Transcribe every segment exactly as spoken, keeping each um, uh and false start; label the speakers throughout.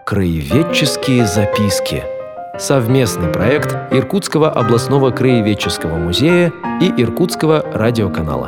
Speaker 1: Краеведческие записки. Совместный проект Иркутского областного краеведческого музея и Иркутского радиоканала.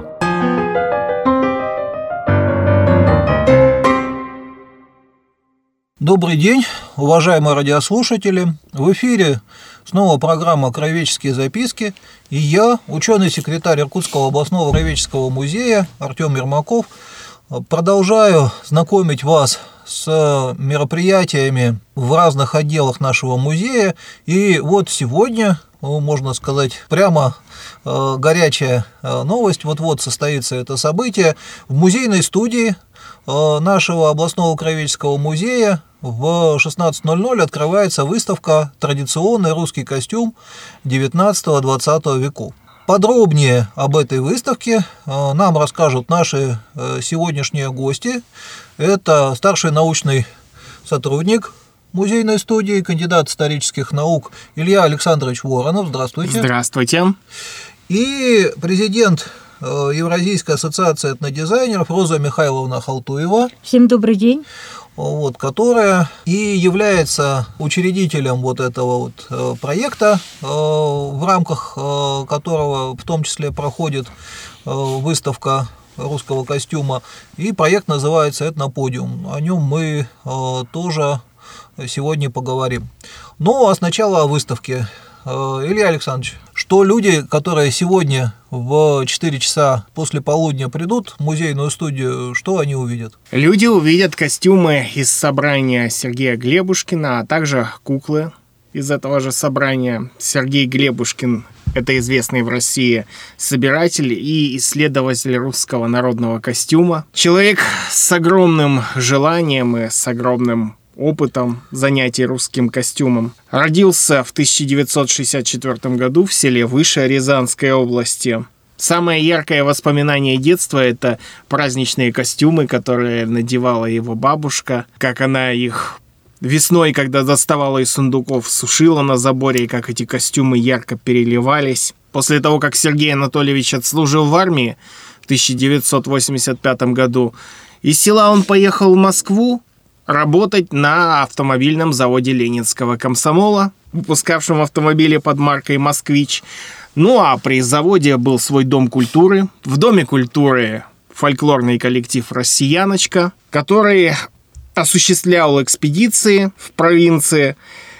Speaker 2: Добрый день, уважаемые радиослушатели. В эфире снова программа «Краеведческие записки». И я, ученый-секретарь Иркутского областного краеведческого музея Артем Ермаков, продолжаю знакомить вас с мероприятиями в разных отделах нашего музея. И вот сегодня, можно сказать, прямо э, горячая э, новость. Вот-вот состоится это событие. В музейной студии э, нашего областного краеведческого музея в шестнадцать ноль ноль открывается выставка «Традиционный русский костюм девятнадцатого-двадцатого веков». Подробнее об этой выставке нам расскажут наши сегодняшние гости. Это старший научный сотрудник музейной студии, кандидат исторических наук Илья Александрович Воронов. Здравствуйте.
Speaker 3: Здравствуйте.
Speaker 2: И президент Евразийской ассоциации этнодизайнеров Роза Михайловна Халтуева.
Speaker 4: Всем добрый день.
Speaker 2: Вот, которая и является учредителем вот этого вот э, проекта, э, в рамках э, которого в том числе проходит э, выставка русского костюма. И проект называется «Этноподиум». О нем мы э, тоже сегодня поговорим. Ну, а сначала о выставке. Илья Александрович, что люди, которые сегодня в четыре часа после полудня придут в музейную студию, что они увидят?
Speaker 3: Люди увидят костюмы из собрания Сергея Глебушкина, а также куклы из этого же собрания. Сергей Глебушкин – это известный в России собиратель и исследователь русского народного костюма. Человек с огромным желанием и с огромным опытом занятий русским костюмом. Родился в тысяча девятьсот шестьдесят четвёртом году в селе Вышая Рязанской области. Самое яркое воспоминание детства – это праздничные костюмы, которые надевала его бабушка, как она их весной, когда доставала из сундуков, сушила на заборе, и как эти костюмы ярко переливались. После того, как Сергей Анатольевич отслужил в армии в тысяча девятьсот восемьдесят пятом году, из села он поехал в Москву работать на автомобильном заводе Ленинского комсомола, выпускавшем автомобили под маркой «Москвич». Ну а при заводе был свой дом культуры. В доме культуры фольклорный коллектив «Россияночка», который осуществлял экспедиции в провинции,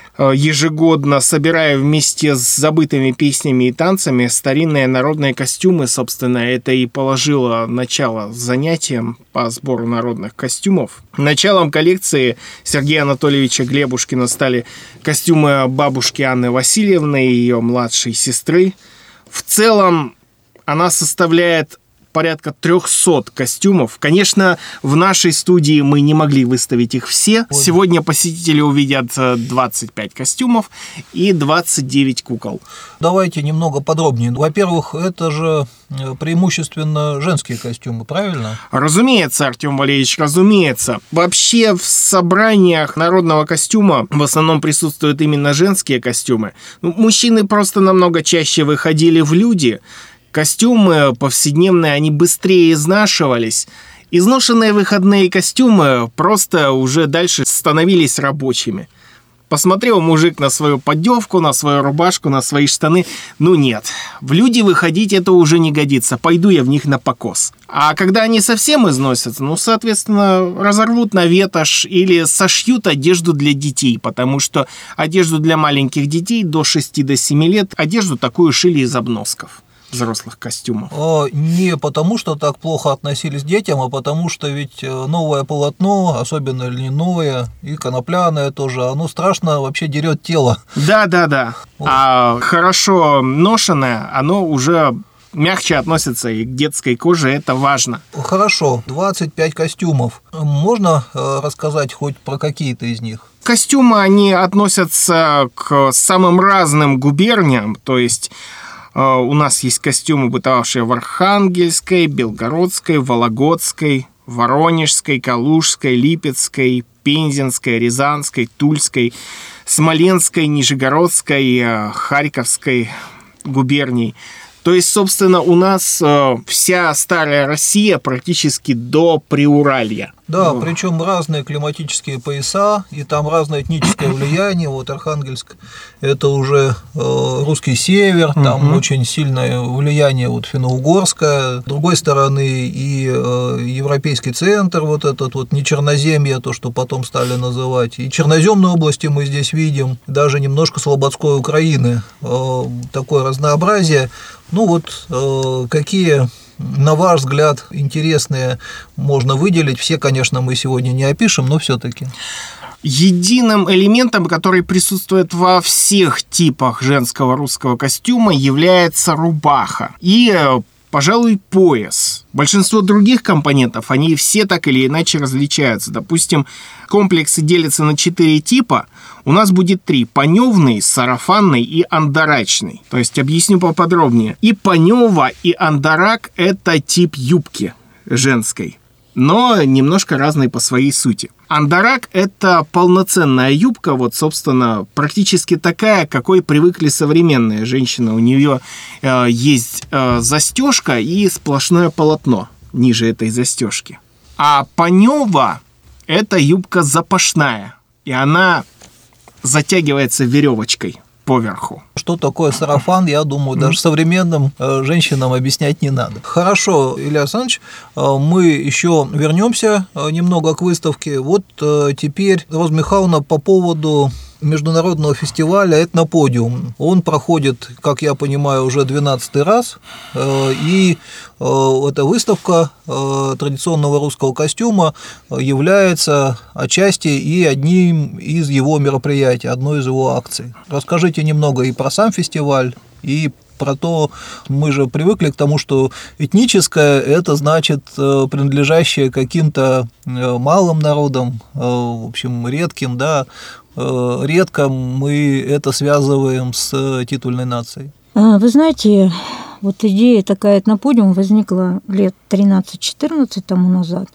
Speaker 3: ежегодно собирая вместе с забытыми песнями и танцами старинные народные костюмы. Собственно, это и положило начало занятиям по сбору народных костюмов. Началом коллекции Сергея Анатольевича Глебушкина стали костюмы бабушки Анны Васильевны и ее младшей сестры. В целом она составляет порядка трехсот костюмов. Конечно, в нашей студии мы не могли выставить их все. Сегодня посетители увидят двадцать пять костюмов и двадцать девять кукол.
Speaker 2: Давайте немного подробнее. Во-первых, это же преимущественно женские костюмы, правильно?
Speaker 3: Разумеется, Артем Валерьевич, разумеется. Вообще в собраниях народного костюма в основном присутствуют именно женские костюмы. Мужчины просто намного чаще выходили в люди. Костюмы повседневные, они быстрее изнашивались. Изношенные выходные костюмы просто уже дальше становились рабочими. Посмотрел мужик на свою поддевку, на свою рубашку, на свои штаны. Ну нет, в люди выходить это уже не годится. Пойду я в них на покос. А когда они совсем износятся, ну, соответственно, разорвут на ветошь или сошьют одежду для детей. Потому что одежду для маленьких детей до шести-семи лет, одежду такую шили из обносков взрослых костюмов.
Speaker 2: Не потому, что так плохо относились к детям, а потому что ведь новое полотно, особенно льняное и конопляное тоже, оно страшно вообще дерет тело.
Speaker 3: Да-да-да. Вот. А хорошо ношенное, оно уже мягче относится и к детской коже, это важно.
Speaker 2: Хорошо, двадцать пять костюмов. Можно рассказать хоть про какие-то из них?
Speaker 3: Костюмы, они относятся к самым разным губерниям, то есть у нас есть костюмы, бытовавшие в Архангельской, Белгородской, Вологодской, Воронежской, Калужской, Липецкой, Пензенской, Рязанской, Тульской, Смоленской, Нижегородской, Харьковской губерний. То есть, собственно, у нас э, вся старая Россия практически до Приуралья.
Speaker 2: Да,
Speaker 3: Ну.
Speaker 2: причем разные климатические пояса, и там разное этническое влияние. Вот Архангельск – это уже э, русский север, там
Speaker 3: Мгм.
Speaker 2: очень сильное влияние вот финно-угорское. С другой стороны, и э, европейский центр, вот этот вот, не Черноземье, то, что потом стали называть, и черноземные области мы здесь видим, даже немножко Слободской Украины. Э, такое разнообразие. Ну вот э, какие, на ваш взгляд, интересные можно выделить? Все, конечно, мы сегодня не опишем, но все-таки.
Speaker 3: Единым элементом, который присутствует во всех типах женского русского костюма, является рубаха и, э, пожалуй, пояс. Большинство других компонентов, они все так или иначе различаются. Допустим, комплексы делятся на четыре типа. У нас будет три: паневный, сарафанный и андарачный. То есть объясню поподробнее. И панева, и андарак – это тип юбки женской, но немножко разные по своей сути. Андарак – это полноценная юбка, вот, собственно, практически такая, какой привыкли современные женщины. У нее э, есть э, застежка и сплошное полотно ниже этой застежки. А панева – это юбка запашная, и она затягивается веревочкой поверху.
Speaker 2: Что такое сарафан, я думаю, даже современным э, женщинам объяснять не надо. Хорошо, Илья Александрович, э, мы еще вернемся э, немного к выставке. Вот э, теперь, Роза Михайловна, по поводу международного фестиваля «Этноподиум». Он проходит, как я понимаю, уже двенадцатый раз, э, и э, эта выставка э, традиционного русского костюма является отчасти и одним из его мероприятий, одной из его акций. Расскажите немного и про сам фестиваль, и про то, мы же привыкли к тому, что этническое – это значит принадлежащее каким-то малым народам, в общем, редким, да, редко мы это связываем с титульной нацией.
Speaker 4: Вы знаете, вот идея такая «Этноподиум» возникла лет тринадцать-четырнадцать тому назад.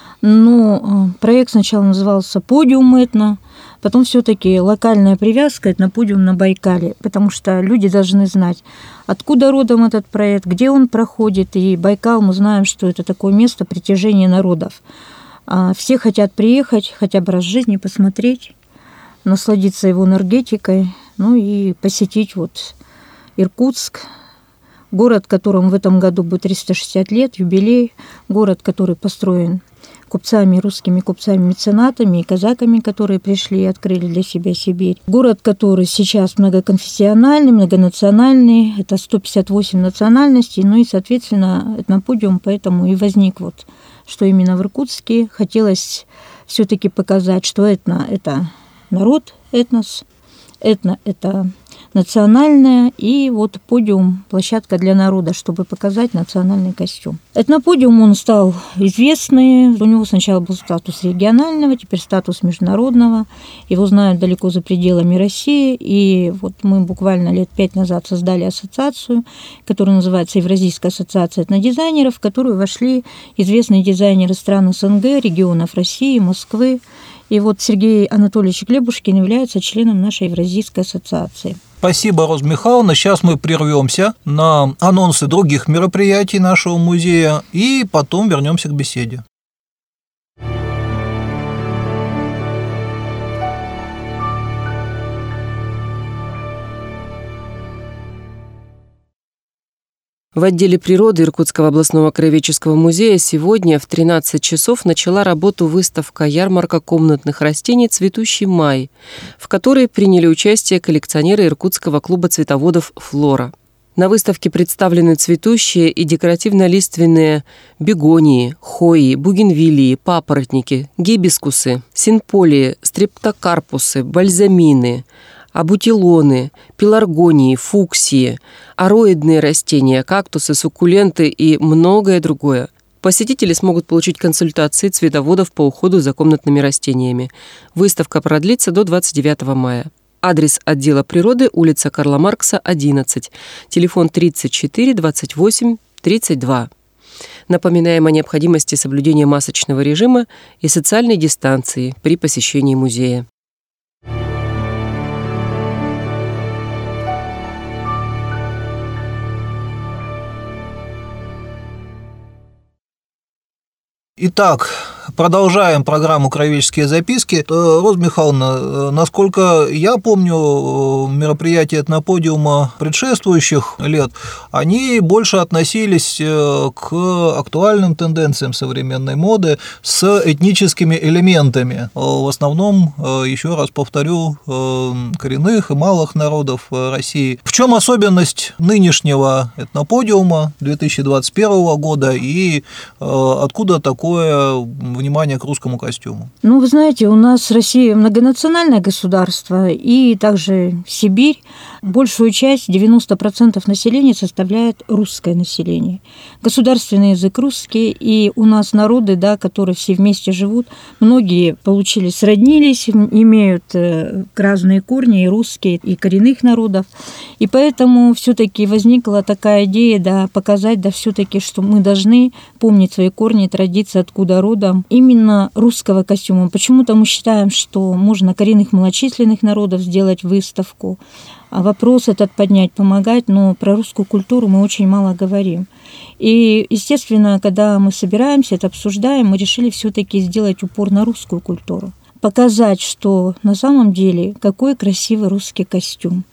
Speaker 4: Но проект сначала назывался «Подиум этно», потом все-таки локальная привязка «Этноподиум» на Байкале, потому что люди должны знать, откуда родом этот проект, где он проходит. И Байкал, мы знаем, что это такое место притяжения народов. Все хотят приехать, хотя бы раз в жизни посмотреть, насладиться его энергетикой, ну и посетить вот Иркутск, город, которому в этом году будет триста шестьдесят лет, юбилей, город, который построен купцами, русскими купцами-меценатами и казаками, которые пришли и открыли для себя Сибирь. Город, который сейчас многоконфессиональный, многонациональный, это сто пятьдесят восемь национальностей, ну и, соответственно, Этноподиум поэтому и возник вот, что именно в Иркутске хотелось все-таки показать, что этно – это народ, этнос, этно – это национальная, и вот подиум – площадка для народа, чтобы показать национальный костюм. Этноподиум, он стал известный, у него сначала был статус регионального, теперь статус международного, его знают далеко за пределами России, и вот мы буквально лет пять назад создали ассоциацию, которая называется Евразийская ассоциация этнодизайнеров, в которую вошли известные дизайнеры стран СНГ, регионов России, Москвы, и вот Сергей Анатольевич Глебушкин является членом нашей Евразийской ассоциации.
Speaker 2: Спасибо, Роза Михайловна. Сейчас мы прервемся на анонсы других мероприятий нашего музея и потом вернемся к беседе.
Speaker 5: В отделе природы Иркутского областного краеведческого музея сегодня в тринадцать часов начала работу выставка-ярмарка комнатных растений «Цветущий май», в которой приняли участие коллекционеры Иркутского клуба цветоводов «Флора». На выставке представлены цветущие и декоративно-лиственные бегонии, хои, бугенвиллии, папоротники, гибискусы, синполии, стрептокарпусы, бальзамины, абутилоны, пеларгонии, фуксии, ароидные растения, кактусы, суккуленты и многое другое. Посетители смогут получить консультации цветоводов по уходу за комнатными растениями. Выставка продлится до двадцать девятого мая. Адрес отдела природы, улица Карла Маркса, одиннадцать, телефон тридцать четыре двадцать восемь тридцать два. Напоминаем о необходимости соблюдения масочного режима и социальной дистанции при посещении музея.
Speaker 2: Итак, продолжаем программу «Краеведческие записки». Роза Михайловна, насколько я помню, мероприятия этноподиума предшествующих лет, они больше относились к актуальным тенденциям современной моды с этническими элементами. В основном, еще раз повторю, коренных и малых народов России. В чем особенность нынешнего этноподиума две тысячи двадцать первого года и откуда такое внимание к русскому костюму?
Speaker 4: Ну, вы знаете, у нас Россия многонациональное государство, и также Сибирь, большую часть, девяносто процентов населения составляет русское население. Государственный язык русский, и у нас народы, да, которые все вместе живут, многие получили, сроднились, имеют разные корни, и русские, и коренных народов, и поэтому все-таки возникла такая идея, да, показать, да, все-таки, что мы должны помнить свои корни, традиции, откуда родом, именно русского костюма. Почему-то мы считаем, что можно коренных малочисленных народов сделать выставку, а вопрос этот поднять, помогать, но про русскую культуру мы очень мало говорим. И, естественно, когда мы собираемся, это обсуждаем, мы решили все-таки сделать упор на русскую культуру. Показать, что на самом деле какой красивый русский костюм.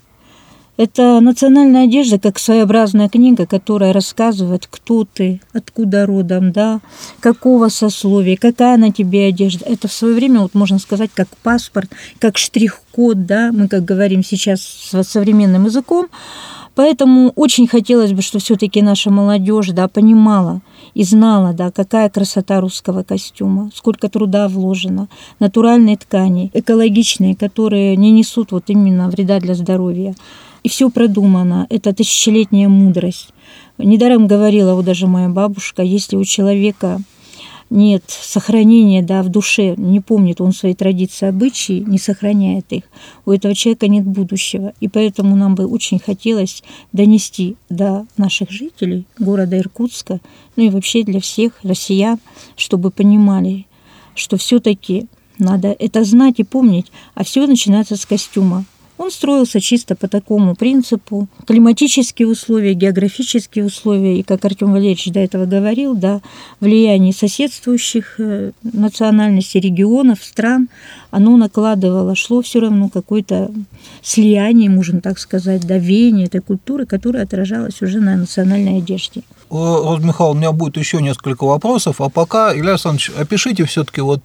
Speaker 4: Это национальная одежда, как своеобразная книга, которая рассказывает, кто ты, откуда родом, да, какого сословия, какая на тебе одежда. Это в свое время, вот можно сказать, как паспорт, как штрих-код, да, мы, как говорим сейчас современным языком. Поэтому очень хотелось бы, что все-таки наша молодежь, да, понимала и знала, да, какая красота русского костюма, сколько труда вложено, натуральные ткани, экологичные, которые не несут вот именно вреда для здоровья. И все продумано, это тысячелетняя мудрость. Недаром говорила вот даже моя бабушка, если у человека нет сохранения, да, в душе, не помнит он свои традиции, обычаи, не сохраняет их, у этого человека нет будущего. И поэтому нам бы очень хотелось донести до наших жителей города Иркутска, ну и вообще для всех россиян, чтобы понимали, что все-таки надо это знать и помнить, а все начинается с костюма. Он строился чисто по такому принципу. Климатические условия, географические условия, и, как Артем Валерьевич до этого говорил, да, влияние соседствующих национальностей, регионов, стран, оно накладывало, шло все равно какое-то слияние, можем так сказать, да, веяние этой культуры, которая отражалась уже на национальной одежде.
Speaker 2: Роза Михайловна, у меня будет еще несколько вопросов, а пока, Илья Александрович, опишите все-таки вот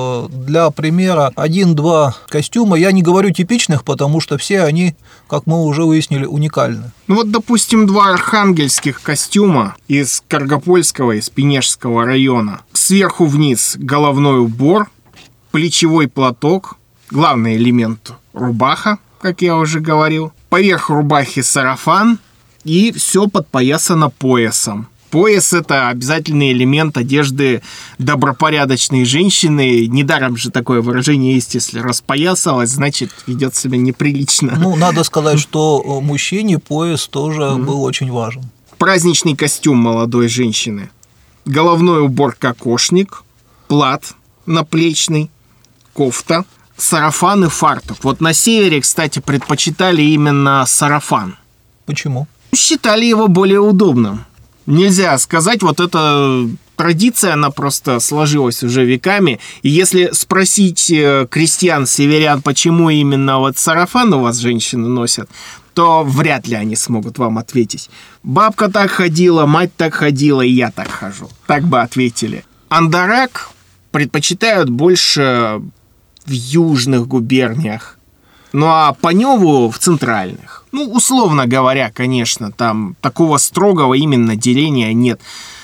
Speaker 2: для примера один-два костюма. Я не говорю типичных, потому что все они, как мы уже выяснили, уникальны.
Speaker 3: Ну вот, допустим, два архангельских костюма из Каргопольского и Спенежского района. Сверху вниз головной убор, плечевой платок, главный элемент рубаха, как я уже говорил. Поверх рубахи сарафан. И все подпоясано поясом. Пояс – это обязательный элемент одежды добропорядочной женщины. Недаром же такое выражение есть, если распоясалась, значит, ведет себя неприлично.
Speaker 2: Ну, надо сказать, что мужчине пояс тоже mm-hmm. был очень важен.
Speaker 3: Праздничный костюм молодой женщины. Головной убор кокошник, плат наплечный, кофта, сарафан и фартук. Вот на севере, кстати, предпочитали именно сарафан.
Speaker 2: Почему?
Speaker 3: Считали его более удобным. Нельзя сказать, вот эта традиция, она просто сложилась уже веками. И если спросить крестьян, северян, почему именно вот сарафан у вас женщины носят, то вряд ли они смогут вам ответить. Бабка так ходила, мать так ходила, и я так хожу. Так бы ответили. Андарак предпочитают больше в южных губерниях. Ну а Паневу в центральных. Ну, условно говоря, конечно, там такого строгого именно деления нет.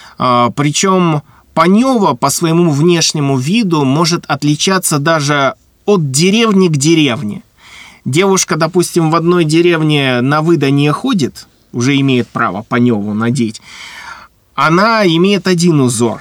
Speaker 3: А, причем Панева по своему внешнему виду может отличаться даже от деревни к деревне. Девушка, допустим, в одной деревне на выданье ходит, уже имеет право Паневу надеть, она имеет один узор,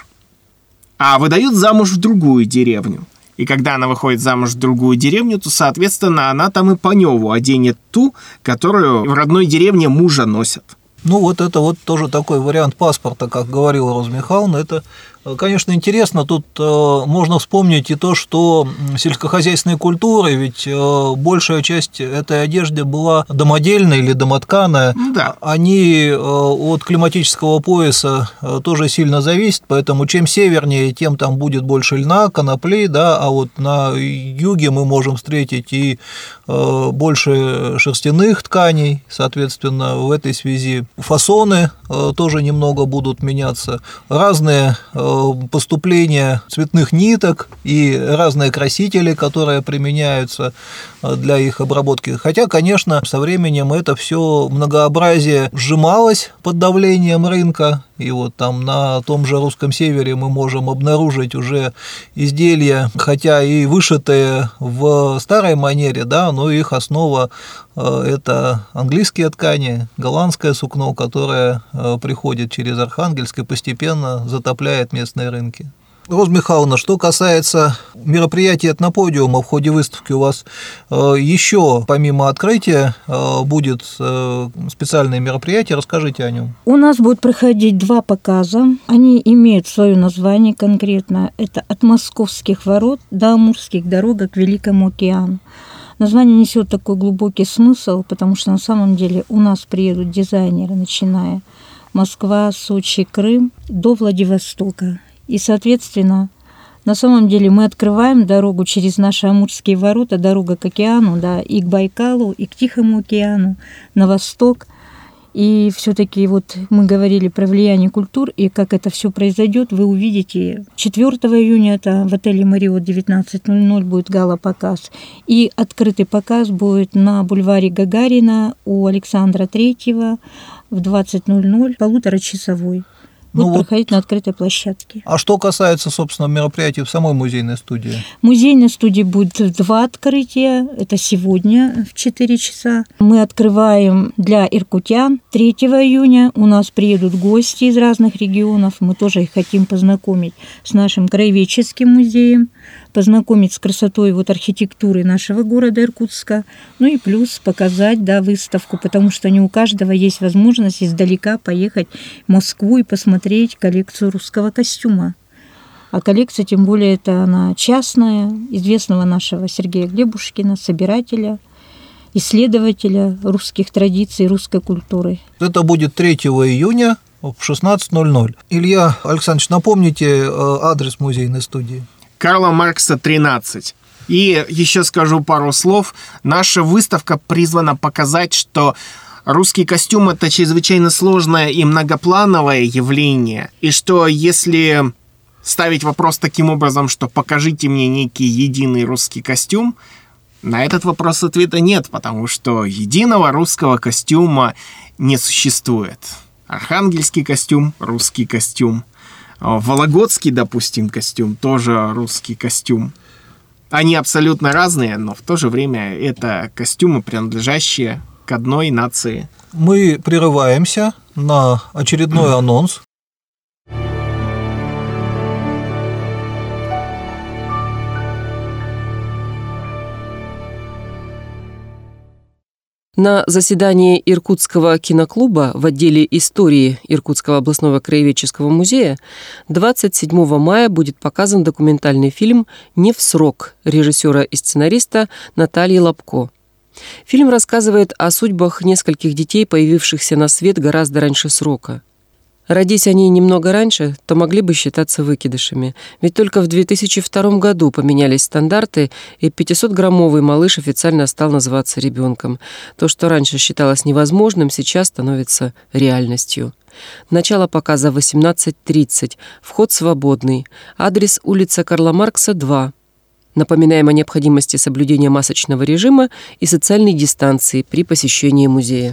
Speaker 3: а выдают замуж в другую деревню. И когда она выходит замуж в другую деревню, то, соответственно, она там и Паневу оденет ту, которую в родной деревне мужа носят.
Speaker 2: Ну, вот это вот тоже такой вариант паспорта, как говорила Роза Михайловна, это Конечно, интересно, тут э, можно вспомнить и то, что сельскохозяйственные культуры, ведь э, большая часть этой одежды была домодельная или домотканая,
Speaker 3: да.
Speaker 2: Они э, от климатического пояса э, тоже сильно зависят, поэтому чем севернее, тем там будет больше льна, конопли, да, а вот на юге мы можем встретить и э, больше шерстяных тканей, соответственно, в этой связи фасоны э, тоже немного будут меняться, разные э, поступления цветных ниток и разные красители, которые применяются для их обработки. Хотя, конечно, со временем это все многообразие сжималось под давлением рынка, и вот там на том же русском севере мы можем обнаружить уже изделия, хотя и вышитые в старой манере, да, но их основа – это английские ткани, голландское сукно, которое приходит через Архангельск и постепенно затопляет местные рынки. Роза Михайловна, что касается мероприятий этноподиума в ходе выставки, у вас еще помимо открытия будет специальное мероприятие, расскажите о нем.
Speaker 4: У нас будет проходить два показа, они имеют свое название конкретно, это «От Московских ворот до Амурских дорог к Великому океану». Название несет такой глубокий смысл, потому что на самом деле у нас приедут дизайнеры, начиная Москва, Сочи, Крым до Владивостока. И, соответственно, на самом деле мы открываем дорогу через наши Амурские ворота, дорога к океану, да, и к Байкалу, и к Тихому океану, на восток. И все-таки вот мы говорили про влияние культур, и как это все произойдет, вы увидите. четвёртого июня это в отеле «Мариот» девятнадцать ноль ноль будет гала-показ. И открытый показ будет на бульваре Гагарина у Александра Третьего в двадцать ноль ноль, полуторачасовой. Будет ну проходить вот, на открытой площадке.
Speaker 2: А что касается, собственно, мероприятий в самой музейной студии?
Speaker 4: В музейной студии будет два открытия. Это сегодня в четыре часа. Мы открываем для иркутян. третьего июня у нас приедут гости из разных регионов. Мы тоже их хотим познакомить с нашим краеведческим музеем, познакомить с красотой вот архитектуры нашего города Иркутска, ну и плюс показать, да, выставку, потому что не у каждого есть возможность издалека поехать в Москву и посмотреть коллекцию русского костюма. А коллекция, тем более, это она частная, известного нашего Сергея Глебушкина, собирателя, исследователя русских традиций, русской культуры.
Speaker 2: Это будет третьего июня в шестнадцать ноль ноль. Илья Александрович, напомните адрес музейной студии.
Speaker 3: Карла Маркса, тринадцать. И еще скажу пару слов. Наша выставка призвана показать, что русский костюм – это чрезвычайно сложное и многоплановое явление. И что если ставить вопрос таким образом, что покажите мне некий единый русский костюм, на этот вопрос ответа нет, потому что единого русского костюма не существует. Архангельский костюм – русский костюм. Вологодский, допустим, костюм, тоже русский костюм. Они абсолютно разные, но в то же время это костюмы, принадлежащие к одной нации.
Speaker 2: Мы прерываемся на очередной анонс.
Speaker 5: На заседании Иркутского киноклуба в отделе истории Иркутского областного краеведческого музея двадцать седьмого мая будет показан документальный фильм «Не в срок» режиссера и сценариста Натальи Лобко. Фильм рассказывает о судьбах нескольких детей, появившихся на свет гораздо раньше срока. Родись они немного раньше, то могли бы считаться выкидышами. Ведь только в две тысячи втором году поменялись стандарты, и пятисотграммовый малыш официально стал называться ребенком. То, что раньше считалось невозможным, сейчас становится реальностью. Начало показа восемнадцать тридцать. Вход свободный. Адрес улица Карла Маркса, два. Напоминаем о необходимости соблюдения масочного режима и социальной дистанции при посещении музея.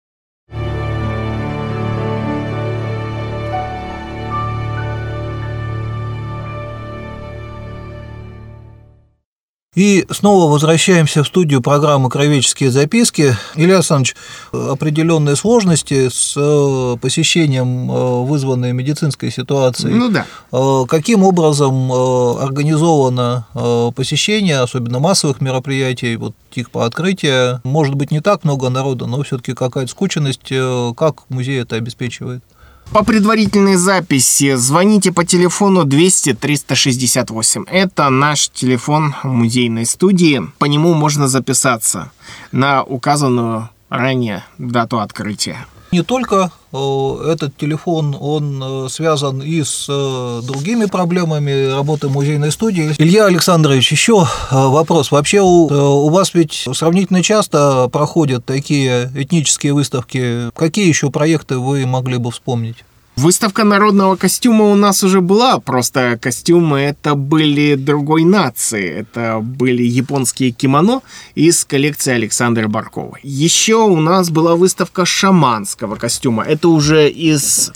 Speaker 2: И снова возвращаемся в студию программы «Краеведческие записки». Илья Александрович, определенные сложности с посещением, вызванные медицинской ситуацией.
Speaker 3: Ну да.
Speaker 2: Каким образом организовано посещение, особенно массовых мероприятий, вот типа открытия? Может быть, не так много народа, но все-таки какая-то скученность. Как музей это обеспечивает?
Speaker 3: По предварительной записи звоните по телефону двести триста шестьдесят восемь. Это наш телефон музейной студии. По нему можно записаться на указанную ранее дату открытия.
Speaker 2: Не только э, этот телефон, он э, связан и с э, другими проблемами работы музейной студии. Илья Александрович, еще э, вопрос. Вообще у, э, у вас ведь сравнительно часто проходят такие этнические выставки. Какие еще проекты вы могли бы вспомнить?
Speaker 3: Выставка народного костюма у нас уже была, просто костюмы это были другой нации. Это были японские кимоно из коллекции Александры Барковой. Еще у нас была выставка шаманского костюма. Это уже из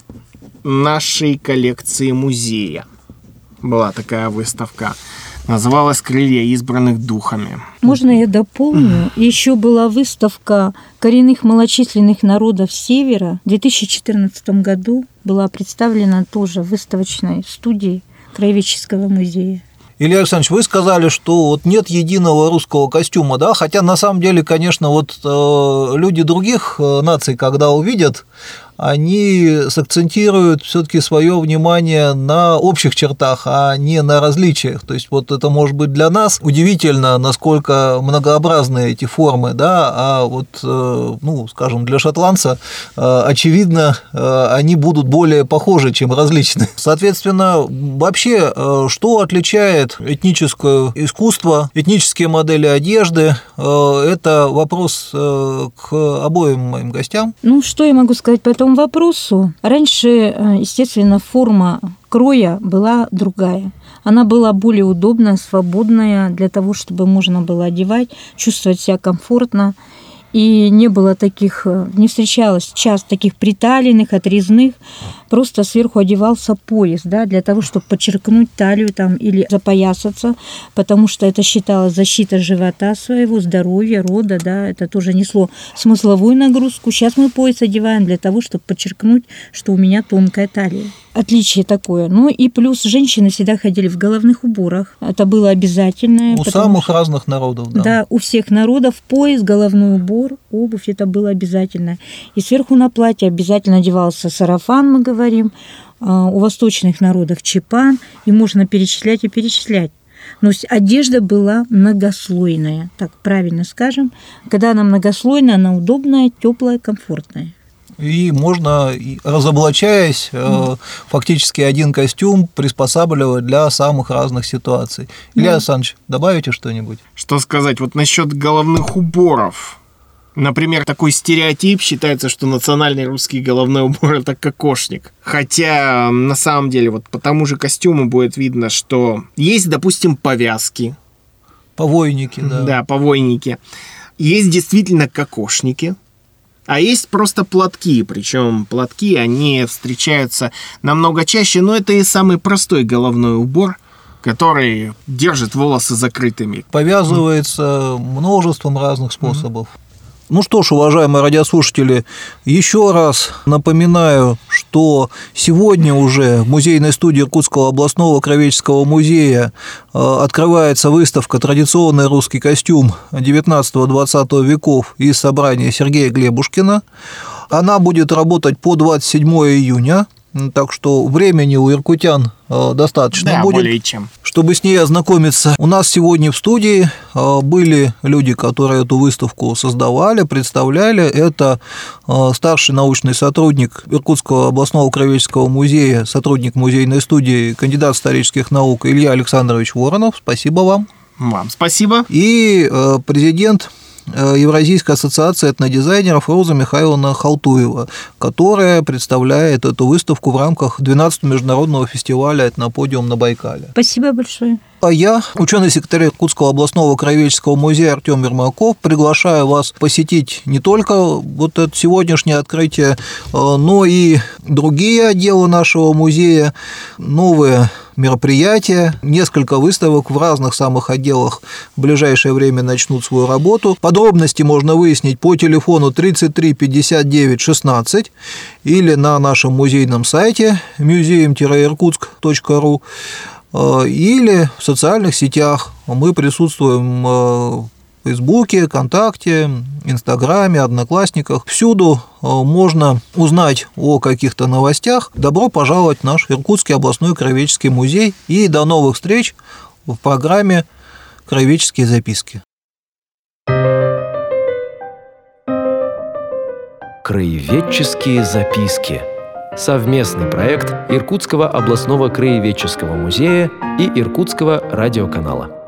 Speaker 3: нашей коллекции музея. Была такая выставка. Называлась «Крылья избранных духами».
Speaker 4: Можно я дополню? Еще была выставка коренных малочисленных народов Севера. В две тысячи четырнадцатом году была представлена тоже в выставочной студии Краеведческого музея.
Speaker 2: Илья Александрович, вы сказали, что вот нет единого русского костюма, да? Хотя на самом деле, конечно, вот э, люди других наций, когда увидят, они сакцентируют все-таки свое внимание на общих чертах, а не на различиях. То есть вот это может быть для нас удивительно, насколько многообразны эти формы, да, а вот, ну, скажем, для шотландца, очевидно, они будут более похожи, чем различны. Соответственно, вообще, что отличает этническое искусство, этнические модели одежды, это вопрос к обоим моим гостям.
Speaker 4: Ну, что я могу сказать по этому вопросу? Раньше, естественно, форма кроя была другая. Она была более удобная, свободная для того, чтобы можно было одевать, чувствовать себя комфортно. И не было таких, не встречалось часто таких приталенных, отрезных. Просто сверху одевался пояс, да, для того, чтобы подчеркнуть талию там, или запоясаться, потому что это считалось защита живота своего, здоровья, рода, да, это тоже несло смысловую нагрузку. Сейчас мы пояс одеваем для того, чтобы подчеркнуть, что у меня тонкая талия. Отличие такое. Ну и плюс женщины всегда ходили в головных уборах. Это было обязательно.
Speaker 2: У самых что, разных народов, да.
Speaker 4: Да, у всех народов пояс, головной убор, обувь, это было обязательно. И сверху на платье обязательно одевался сарафан, мы говорим. У восточных народов чепан. И можно перечислять и перечислять. Но одежда была многослойная, так правильно скажем. Когда она многослойная, она удобная, теплая, комфортная.
Speaker 2: И можно, разоблачаясь, mm. фактически один костюм приспосабливать для самых разных ситуаций. Илья mm. Александрович, добавите что-нибудь?
Speaker 3: Что сказать? Вот насчет головных уборов. Например, такой стереотип считается, что национальный русский головной убор – это кокошник. Хотя, на самом деле, вот по тому же костюму будет видно, что есть, допустим, повязки.
Speaker 2: Повойники, да.
Speaker 3: Да, повойники. Есть действительно кокошники. А есть просто платки, причем платки, они встречаются намного чаще, но это и самый простой головной убор, который держит волосы закрытыми.
Speaker 2: Повязывается множеством разных способов. Ну что ж, уважаемые радиослушатели, еще раз напоминаю, что сегодня уже в музейной студии Иркутского областного краеведческого музея открывается выставка «Традиционный русский костюм девятнадцатого-двадцатого веков» из собрания Сергея Глебушкина. Она будет работать по двадцать седьмого июня. Так что времени у иркутян достаточно
Speaker 3: да,
Speaker 2: будет,
Speaker 3: более чем.
Speaker 2: Чтобы с ней ознакомиться. У нас сегодня в студии были люди, которые эту выставку создавали, представляли. Это старший научный сотрудник Иркутского областного краеведческого музея, сотрудник музейной студии, кандидат исторических наук Илья Александрович Воронов. Спасибо вам.
Speaker 3: Вам спасибо.
Speaker 2: И президент Евразийской ассоциации этнодизайнеров Роза Михайловна Халтуева, которая представляет эту выставку в рамках двенадцатого международного фестиваля «Этноподиум» на Байкале.
Speaker 4: Спасибо большое.
Speaker 2: А я, ученый-секретарь Иркутского областного краеведческого музея Артем Ермаков, приглашаю вас посетить не только вот это сегодняшнее открытие, но и другие отделы нашего музея, новые мероприятия, несколько выставок в разных самых отделах в ближайшее время начнут свою работу. Подробности можно выяснить по телефону тридцать три пятьдесят девять шестнадцать или на нашем музейном сайте музеем иркутск точка ру или в социальных сетях. Мы присутствуем В Фейсбуке, ВКонтакте, Инстаграме, Одноклассниках. Всюду можно узнать о каких-то новостях. Добро пожаловать в наш Иркутский областной краеведческий музей. И до новых встреч в программе «Краеведческие записки».
Speaker 1: Краеведческие записки. Совместный проект Иркутского областного краеведческого музея и Иркутского радиоканала.